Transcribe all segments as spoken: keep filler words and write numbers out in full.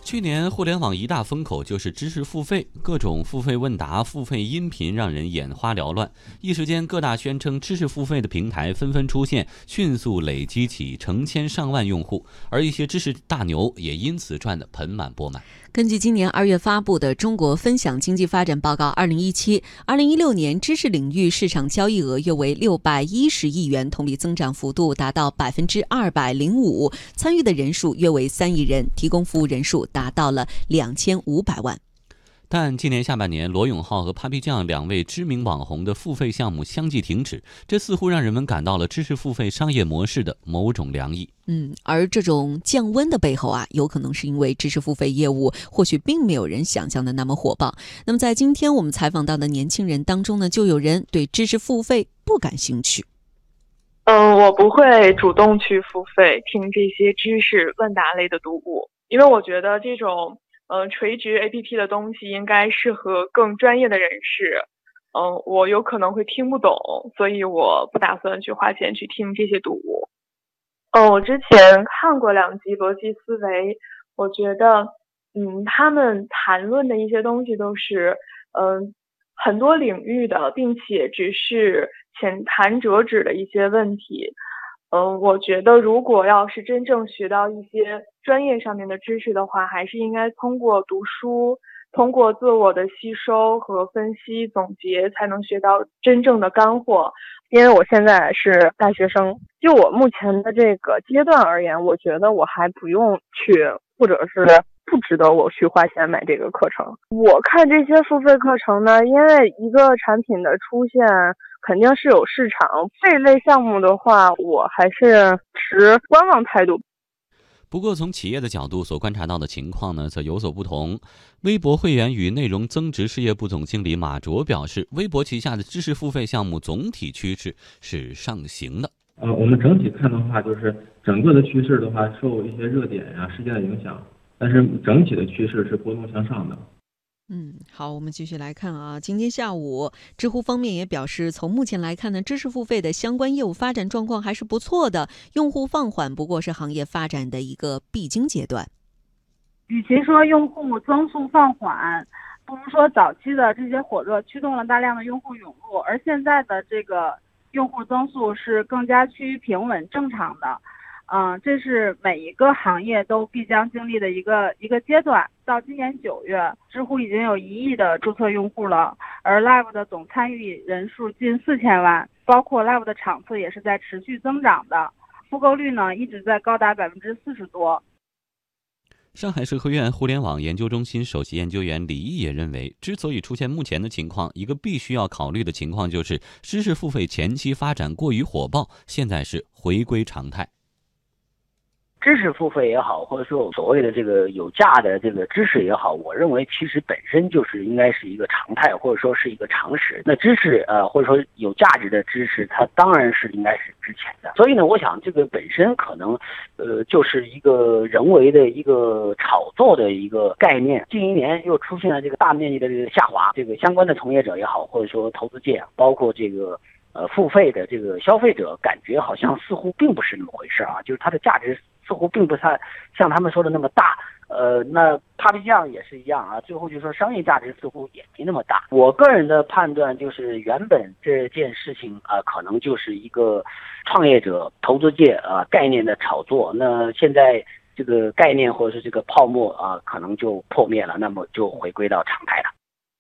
去年互联网一大风口就是知识付费，各种付费问答、付费音频让人眼花缭乱。一时间，各大宣称知识付费的平台纷纷出现，迅速累积起成千上万用户，而一些知识大牛也因此赚得盆满钵满。 根据今年二月发布的《中国分享经济发展报告二零一七》，二零一六年知识领域市场交易额约为六百一十亿元，同比增长幅度达到百分之二百零五，参与的人数约为三亿人，提供服务人数达到了两千五百万。 但今年下半年，罗永浩和 Papi 酱两位知名网红的付费项目相继停止，这似乎让人们感到了知识付费商业模式的某种凉意。 嗯，而这种降温的背后啊，有可能是因为知识付费业务或许并没有人想象的那么火爆。那么在今天我们采访到的年轻人当中呢，就有人对知识付费不感兴趣。 嗯，我不会主动去付费听这些知识问答类的读物，因为我觉得这种嗯、呃，垂直 A P P 的东西应该适合更专业的人士，嗯，我有可能会听不懂，所以我不打算去花钱去听这些读物。嗯，我之前看过两集逻辑思维，我觉得，嗯，他们谈论的一些东西都是，嗯，很多领域的，并且只是浅谈辄止的一些问题。嗯，我觉得如果要是真正学到一些专业上面的知识的话，还是应该通过读书，通过自我的吸收和分析总结，才能学到真正的干货。 因为我现在是大学生，就我目前的这个阶段而言，我觉得我还不用去，或者是不值得我去花钱买这个课程。我看这些付费课程呢，因为一个产品的出现肯定是有市场，这类项目的话，我还是持观望态度。 不过从企业的角度所观察到的情况呢，则有所不同。微博会员与内容增值事业部总经理马卓表示，微博旗下的知识付费项目总体趋势是上行的。 呃，我们整体看的话，就是整个的趋势的话，受一些热点呀、事件的影响，但是整体的趋势是波动向上的。 嗯，好，我们继续来看啊。今天下午，知乎方面也表示，从目前来看呢，知识付费的相关业务发展状况还是不错的，用户放缓不过是行业发展的一个必经阶段。 与其说用户增速放缓，不如说早期的这些火热驱动了大量的用户涌入，而现在的这个用户增速是更加趋于平稳正常的。嗯，这是每一个行业都必将经历的一个一个阶段。到今年九月，知乎已经有一亿的注册用户了，而 Live 的总参与人数近四千万，包括 Live 的场次也是在持续增长的，复购率呢一直在高达百分之四十多。 上海社科院互联网研究中心首席研究员李毅也认为，之所以出现目前的情况，一个必须要考虑的情况就是知识付费前期发展过于火爆，现在是回归常态。 知识付费也好，或者说所谓的这个有价的这个知识也好，我认为其实本身就是应该是一个常态，或者说是一个常识。那知识呃，或者说有价值的知识，它当然是应该是值钱的。所以呢，我想这个本身可能呃就是一个人为的一个炒作的一个概念。近一年又出现了这个大面积的这个下滑，这个相关的从业者也好，或者说投资界，包括这个呃付费的这个消费者，感觉好像似乎并不是那么回事啊，就是它的价值似乎并不太像他们说的那么大，呃，那 Papi 酱也是一样啊。最后就说商业价值似乎也没那么大。我个人的判断就是，原本这件事情啊、呃，可能就是一个创业者、投资界啊、呃、概念的炒作。那现在这个概念或者是这个泡沫啊、呃，可能就破灭了，那么就回归到常态了。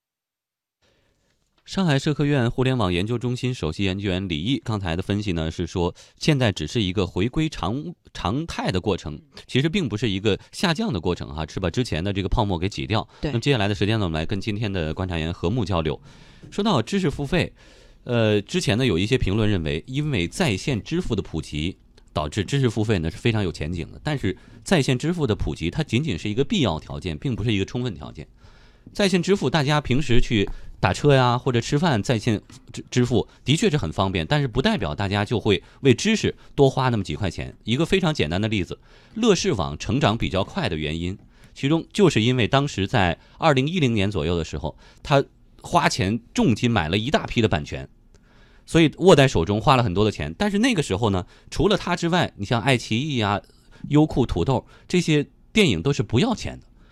上海社科院互联网研究中心首席研究员李毅刚才的分析呢，是说现在只是一个回归常常态的过程，其实并不是一个下降的过程哈，是把之前的这个泡沫给挤掉。那么接下来的时间呢，我们来跟今天的观察员何木交流。说到知识付费，呃，之前呢有一些评论认为，因为在线支付的普及，导致知识付费呢是非常有前景的。但是在线支付的普及，它仅仅是一个必要条件，并不是一个充分条件。在线支付，大家平时去打车呀或者吃饭，在线支付的确是很方便，但是不代表大家就会为知识多花那么几块钱。一个非常简单的例子，乐视网成长比较快的原因，其中就是因为当时在二零一零年左右的时候，他花钱重金买了一大批的版权，所以握在手中花了很多的钱。但是那个时候呢，除了他之外，你像爱奇艺啊、优酷、土豆这些电影都是不要钱的。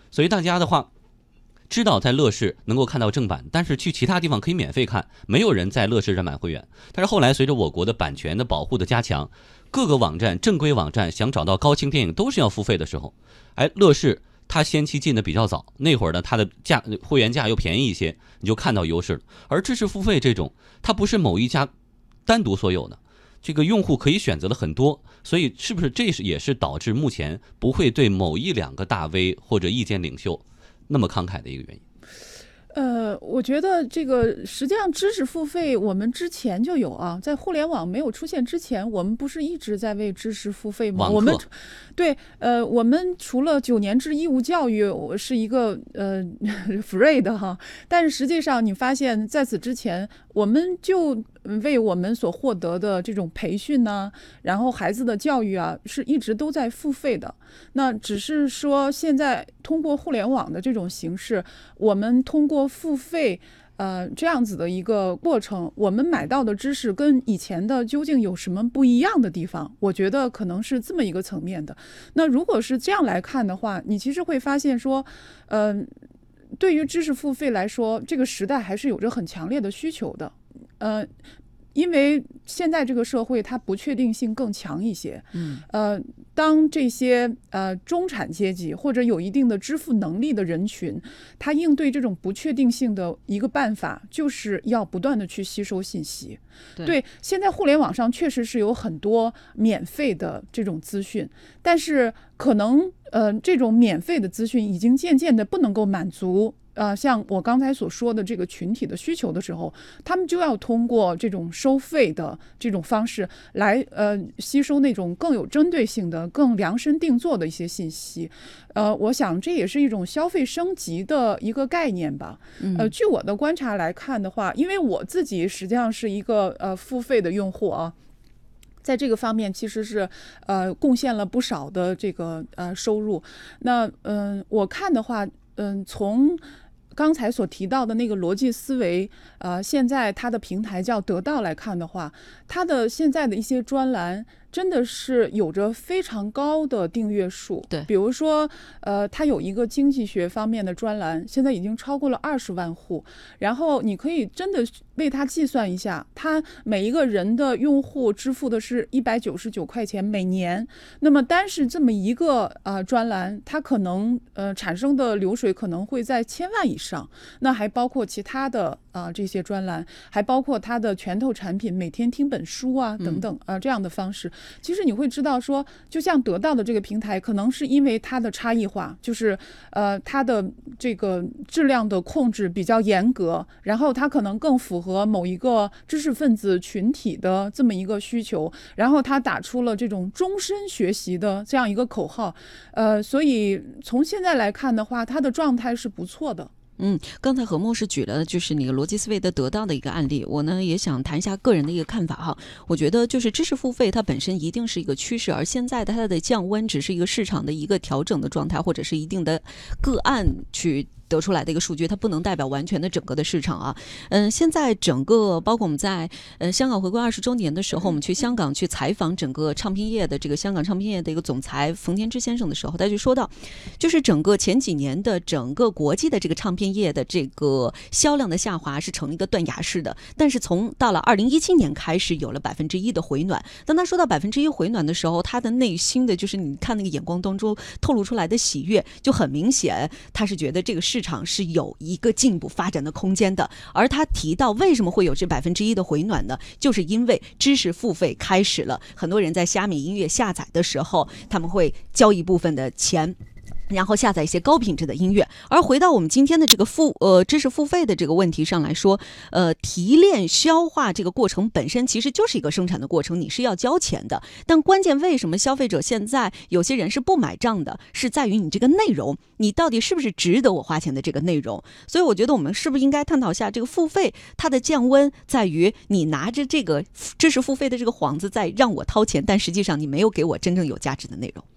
所以大家的话知道在乐视能够看到正版，但是去其他地方可以免费看，没有人在乐视上买会员。但是后来随着我国的版权的保护的加强，各个网站正规网站想找到高清电影都是要付费的时候，哎，乐视它先期进的比较早，那会儿呢它的价会员价又便宜一些，你就看到优势了。而知识付费这种，它不是某一家单独所有的，这个用户可以选择的很多，所以是不是这是也是导致目前不会对某一两个大 V 或者意见领袖那么慷慨的一个原因？ 呃，我觉得这个实际上知识付费我们之前就有啊，在互联网没有出现之前，我们不是一直在为知识付费吗？我们对，呃，我们除了九年制义务教育是一个呃 free 的哈，但是实际上你发现在此之前，我们就为我们所获得的这种培训呢、啊，然后孩子的教育啊，是一直都在付费的。那只是说现在通过互联网的这种形式，我们通过付费呃这样子的一个过程，我们买到的知识跟以前的究竟有什么不一样的地方？我觉得可能是这么一个层面的。那如果是这样来看的话，你其实会发现说，嗯、呃，对于知识付费来说，这个时代还是有着很强烈的需求的。呃，因为现在这个社会它不确定性更强一些，嗯，呃，当这些呃中产阶级或者有一定的支付能力的人群，他应对这种不确定性的一个办法，就是要不断的去吸收信息。对，对，现在互联网上确实是有很多免费的这种资讯，但是可能呃这种免费的资讯已经渐渐的不能够满足。呃，像我刚才所说的这个群体的需求的时候，他们就要通过这种收费的这种方式来呃吸收那种更有针对性的、更量身定做的一些信息。呃，我想这也是一种消费升级的一个概念吧。呃，据我的观察来看的话，因为我自己实际上是一个呃付费的用户啊。在这个方面其实是呃贡献了不少的这个呃收入。那嗯、呃，我看的话，嗯、呃，从刚才所提到的那个逻辑思维，呃，现在它的平台叫得到来看的话，它的现在的一些专栏真的是有着非常高的订阅数。 对， 比如说，呃，它有一个经济学方面的专栏，现在已经超过了二十万户。然后你可以真的为它计算一下，它每一个人的用户支付的是一百九十九块钱每年。那么单是这么一个呃专栏，它可能呃产生的流水可能会在千万以上。那还包括其他的啊、呃、这些专栏，还包括它的拳头产品，每天听本书啊等等啊、呃、这样的方式。其实你会知道说，就像得到的这个平台，可能是因为它的差异化，就是呃它的这个质量的控制比较严格，然后它可能更符合某一个知识分子群体的这么一个需求，然后它打出了这种终身学习的这样一个口号，呃，所以从现在来看的话，它的状态是不错的。 嗯，刚才何牧是举了就是那个逻辑思维的得到的一个案例，我呢也想谈一下个人的一个看法哈。我觉得就是知识付费它本身一定是一个趋势，而现在它的降温只是一个市场的一个调整的状态，或者是一定的个案去得出来的一个数据，它不能代表完全的整个的市场啊。嗯，现在整个包括我们在呃香港回归二十周年的时候，我们去香港去采访整个唱片业的这个香港唱片业的一个总裁冯天之先生的时候，他就说到，就是整个前几年的整个国际的这个唱片业的这个销量的下滑是呈一个断崖式的，但是从到了二零一七年开始有了百分之一的回暖。当他说到百分之一回暖的时候，他的内心的就是你看那个眼光当中透露出来的喜悦，就很明显，他是觉得这个市场是有一个进步发展的空间的。而他提到为什么会有这百分之一的回暖呢？就是因为知识付费开始了，很多人在虾米音乐下载的时候，他们会交一部分的钱，然后下载一些高品质的音乐。而回到我们今天的这个付呃知识付费的这个问题上来说，呃提炼消化这个过程本身其实就是一个生产的过程，你是要交钱的。但关键为什么消费者现在有些人是不买账的，是在于你这个内容，你到底是不是值得我花钱的这个内容。所以我觉得我们是不是应该探讨一下这个付费它的降温在于你拿着这个知识付费的这个幌子在让我掏钱，但实际上你没有给我真正有价值的内容。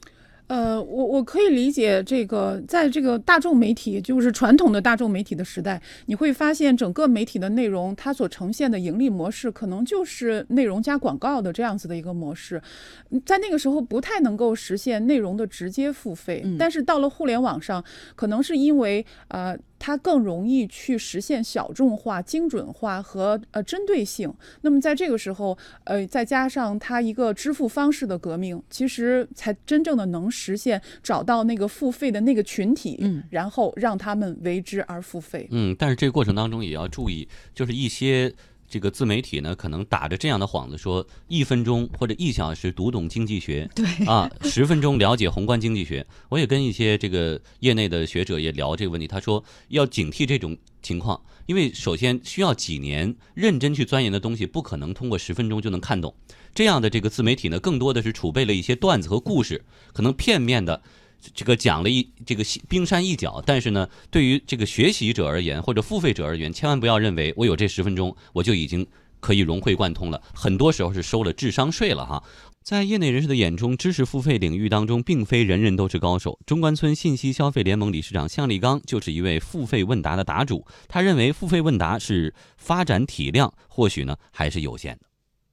呃，我我可以理解这个，在这个大众媒体，就是传统的大众媒体的时代，你会发现整个媒体的内容，它所呈现的盈利模式，可能就是内容加广告的这样子的一个模式，在那个时候不太能够实现内容的直接付费， 嗯、 但是到了互联网上，可能是因为呃。它更容易去实现小众化、精准化和呃针对性。那么在这个时候，呃，再加上它一个支付方式的革命，其实才真正的能实现找到那个付费的那个群体， 嗯， 然后让他们为之而付费。 嗯，但是这个过程当中也要注意，就是一些这个自媒体呢，可能打着这样的幌子说，一分钟或者一小时读懂经济学， 对啊，十分钟了解宏观经济学。我也跟一些这个业内的学者也聊这个问题，他说要警惕这种情况，因为首先需要几年认真去钻研的东西，不可能通过十分钟就能看懂。这样的这个自媒体呢，更多的是储备了一些段子和故事，可能片面的。这个讲了一这个冰山一角，但是呢，对于这个学习者而言或者付费者而言，千万不要认为我有这十分钟我就已经可以融会贯通了，很多时候是收了智商税了哈。在业内人士的眼中，知识付费领域当中，并非人人都是高手。中关村信息消费联盟理事长向立刚就是一位付费问答的答主，他认为付费问答是发展体量或许呢还是有限的。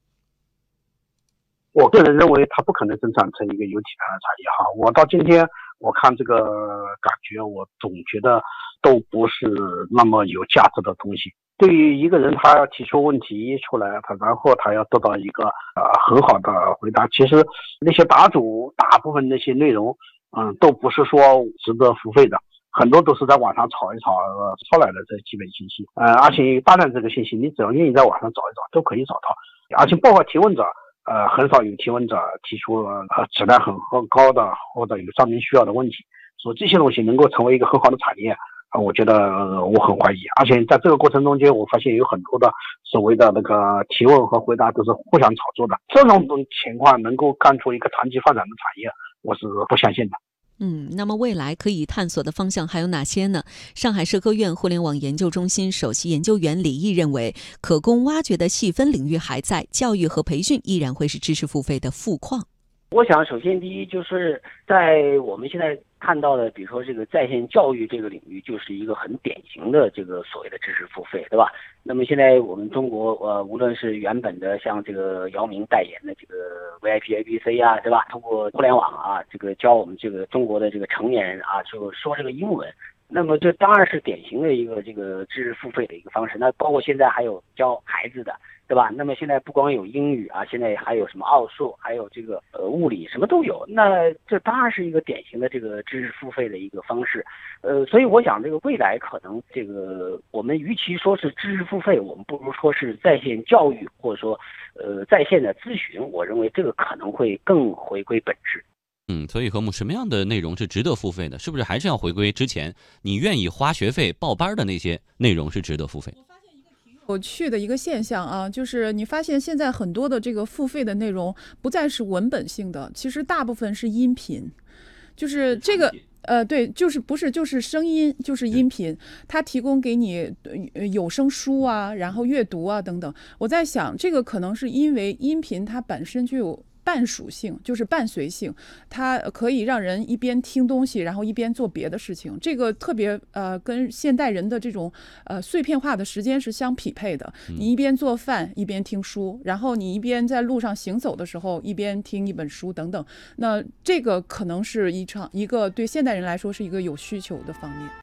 我个人认为它不可能生产成一个有体量的产业哈。我到今天我看这个感觉，我总觉得都不是那么有价值的东西。对于一个人，他要提出问题出来，他然后他要得到一个呃很好的回答。其实那些答主大部分那些内容，嗯，都不是说值得付费的，很多都是在网上炒一炒抄来的这基本信息。呃，而且大量这个信息，你只要愿意在网上找一找，都可以找到。而且包括提问者。呃，很少有提问者提出呃质量很高的或者有上面需要的问题，所以这些东西能够成为一个很好的产业啊、呃，我觉得、呃、我很怀疑。而且在这个过程中间，我发现有很多的所谓的那个提问和回答都是互相炒作的，这种情况能够干出一个长期发展的产业，我是不相信的。 嗯，那么未来可以探索的方向还有哪些呢？上海社科院互联网研究中心首席研究员李毅认为，可供挖掘的细分领域还在，教育和培训依然会是知识付费的富矿。 我想首先第一就是在我们现在看到的，比如说这个在线教育这个领域，就是一个很典型的这个所谓的知识付费，对吧？那么现在我们中国呃，无论是原本的像这个姚明代言的这个 V I P A B C 啊，对吧？通过互联网啊，这个教我们这个中国的这个成年人啊，就说这个英文。那么这当然是典型的一个这个知识付费的一个方式。那包括现在还有教孩子的，对吧？那么现在不光有英语啊，现在还有什么奥数，还有这个呃物理，什么都有。那这当然是一个典型的这个知识付费的一个方式。呃，所以我想这个未来可能这个我们与其说是知识付费，我们不如说是在线教育，或者说呃在线的咨询。我认为这个可能会更回归本质。 嗯，所以何母，什么样的内容是值得付费的？是不是还是要回归之前你愿意花学费报班的那些内容是值得付费？ 有趣的一个现象啊，就是你发现现在很多的这个付费的内容不再是文本性的，其实大部分是音频，就是这个呃，对，就是不是就是声音，就是音频，它提供给你有声书啊，然后阅读啊等等。我在想，这个可能是因为音频它本身就有伴属性，就是伴随性，它可以让人一边听东西，然后一边做别的事情。这个特别呃，跟现代人的这种呃碎片化的时间是相匹配的。你一边做饭一边听书，然后你一边在路上行走的时候一边听一本书等等。那这个可能是一场一个对现代人来说是一个有需求的方面。